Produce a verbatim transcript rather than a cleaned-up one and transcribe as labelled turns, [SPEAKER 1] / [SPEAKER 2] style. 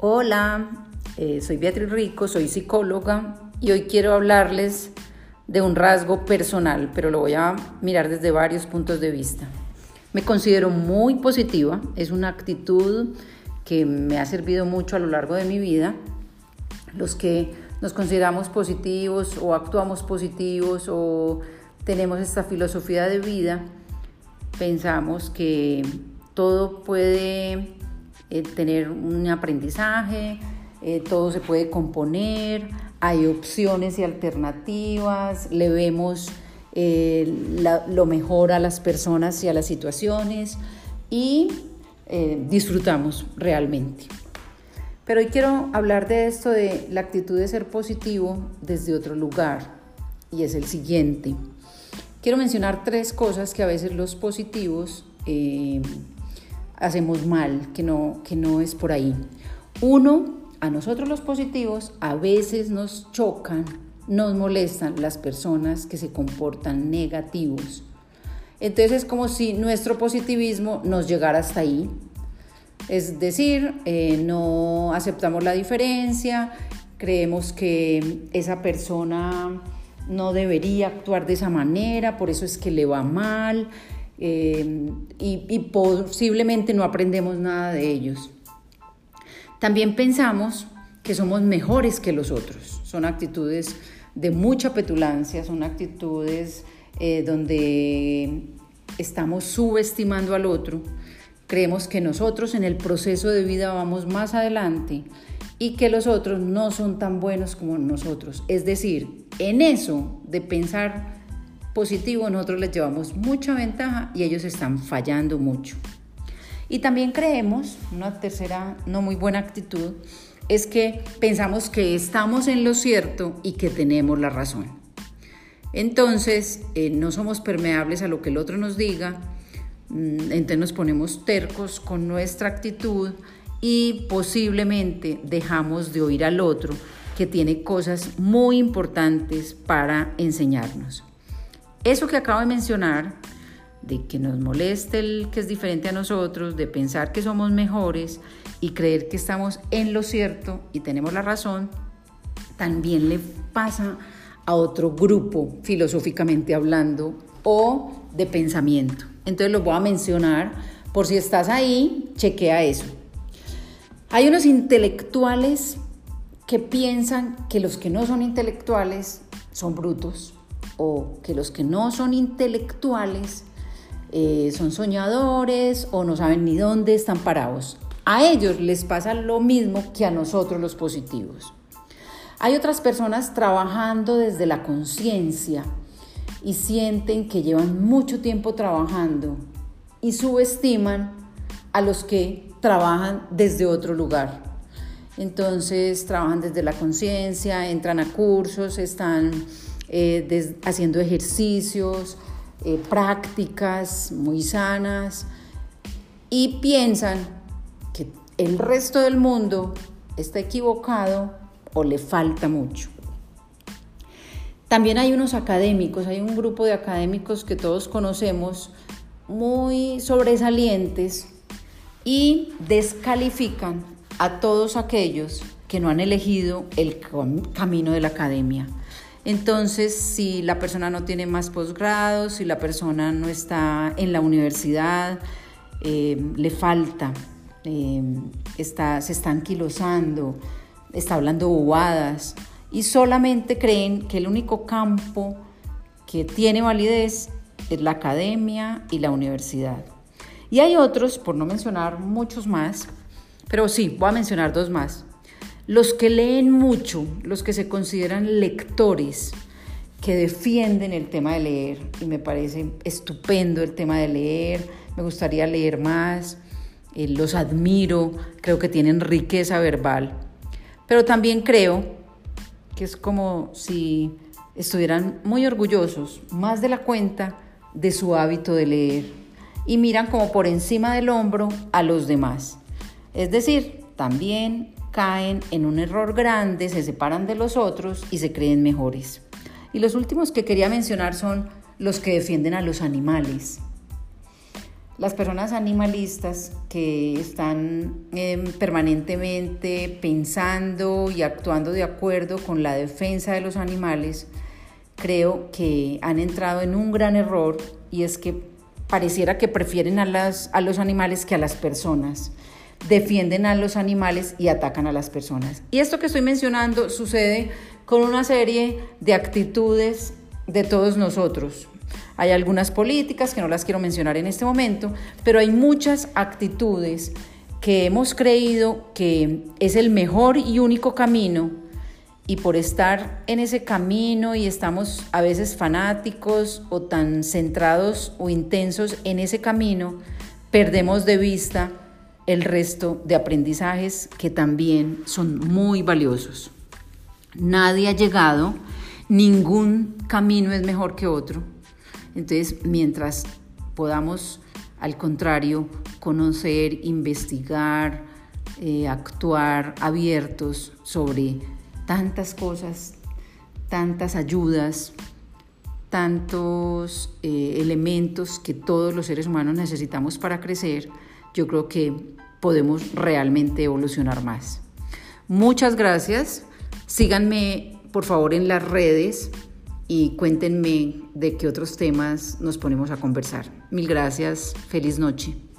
[SPEAKER 1] Hola, eh, soy Beatriz Rico, soy psicóloga y hoy quiero hablarles de un rasgo personal, pero lo voy a mirar desde varios puntos de vista. Me considero muy positiva, es una actitud que me ha servido mucho a lo largo de mi vida. Los que nos consideramos positivos o actuamos positivos o tenemos esta filosofía de vida, pensamos que todo puede eh, tener un aprendizaje, eh, todo se puede componer, hay opciones y alternativas, le vemos eh, la, lo mejor a las personas y a las situaciones y eh, disfrutamos realmente. Pero hoy quiero hablar de esto, de la actitud de ser positivo desde otro lugar, y es el siguiente. Quiero mencionar tres cosas que a veces los positivos eh, hacemos mal, que no, que no es por ahí. Uno, a nosotros los positivos a veces nos chocan, nos molestan las personas que se comportan negativos. Entonces es como si nuestro positivismo nos llegara hasta ahí. Es decir, eh, no aceptamos la diferencia, creemos que esa persona no debería actuar de esa manera, por eso es que le va mal, eh, y, y posiblemente no aprendemos nada de ellos. También pensamos que somos mejores que los otros. Son actitudes de mucha petulancia, son actitudes eh, donde estamos subestimando al otro. Creemos que nosotros en el proceso de vida vamos más adelante y que los otros no son tan buenos como nosotros. Es decir, en eso de pensar positivo nosotros les llevamos mucha ventaja y ellos están fallando mucho. Y también creemos, una tercera no muy buena actitud, es que pensamos que estamos en lo cierto y que tenemos la razón. Entonces, eh, no somos permeables a lo que el otro nos diga, entonces nos ponemos tercos con nuestra actitud y posiblemente dejamos de oír al otro, que tiene cosas muy importantes para enseñarnos. Eso que acabo de mencionar, de que nos moleste el que es diferente a nosotros, de pensar que somos mejores y creer que estamos en lo cierto y tenemos la razón, también le pasa a otro grupo, filosóficamente hablando, o de pensamiento. Entonces los voy a mencionar por si estás ahí, chequea eso. Hay unos intelectuales que piensan que los que no son intelectuales son brutos, o que los que no son intelectuales eh, son soñadores o no saben ni dónde están parados. A ellos les pasa lo mismo que a nosotros los positivos. Hay otras personas trabajando desde la conciencia y sienten que llevan mucho tiempo trabajando y subestiman a los que trabajan desde otro lugar. Entonces trabajan desde la conciencia, entran a cursos, están eh, des, haciendo ejercicios, eh, prácticas muy sanas y piensan que el resto del mundo está equivocado o le falta mucho. También hay unos académicos, hay un grupo de académicos que todos conocemos, muy sobresalientes, y descalifican a todos aquellos que no han elegido el camino de la academia. Entonces, si la persona no tiene más posgrado, si la persona no está en la universidad, eh, le falta, eh, está, se está anquilosando, está hablando bobadas, y solamente creen que el único campo que tiene validez es la academia y la universidad. Y hay otros, por no mencionar muchos más, pero sí, voy a mencionar dos más. Los que leen mucho, los que se consideran lectores, que defienden el tema de leer, y me parece estupendo el tema de leer, me gustaría leer más, eh, los admiro, creo que tienen riqueza verbal, pero también creo que es como si estuvieran muy orgullosos, más de la cuenta, de su hábito de leer, y miran como por encima del hombro a los demás. Es decir, también caen en un error grande, se separan de los otros y se creen mejores. Y los últimos que quería mencionar son los que defienden a los animales. Las personas animalistas que están eh, permanentemente pensando y actuando de acuerdo con la defensa de los animales, creo que han entrado en un gran error, y es que pareciera que prefieren a, las, a los animales que a las personas. Defienden a los animales y atacan a las personas. Y esto que estoy mencionando sucede con una serie de actitudes de todos nosotros. Hay algunas políticas que no las quiero mencionar en este momento, pero hay muchas actitudes que hemos creído que es el mejor y único camino, y por estar en ese camino y estamos a veces fanáticos o tan centrados o intensos en ese camino, perdemos de vista el resto de aprendizajes que también son muy valiosos. Nadie ha llegado, ningún camino es mejor que otro. Entonces, mientras podamos, al contrario, conocer, investigar, eh, actuar abiertos sobre tantas cosas, tantas ayudas, tantos eh, elementos que todos los seres humanos necesitamos para crecer, yo creo que podemos realmente evolucionar más. Muchas gracias. Síganme, por favor, en las redes y cuéntenme de qué otros temas nos ponemos a conversar. Mil gracias. Feliz noche.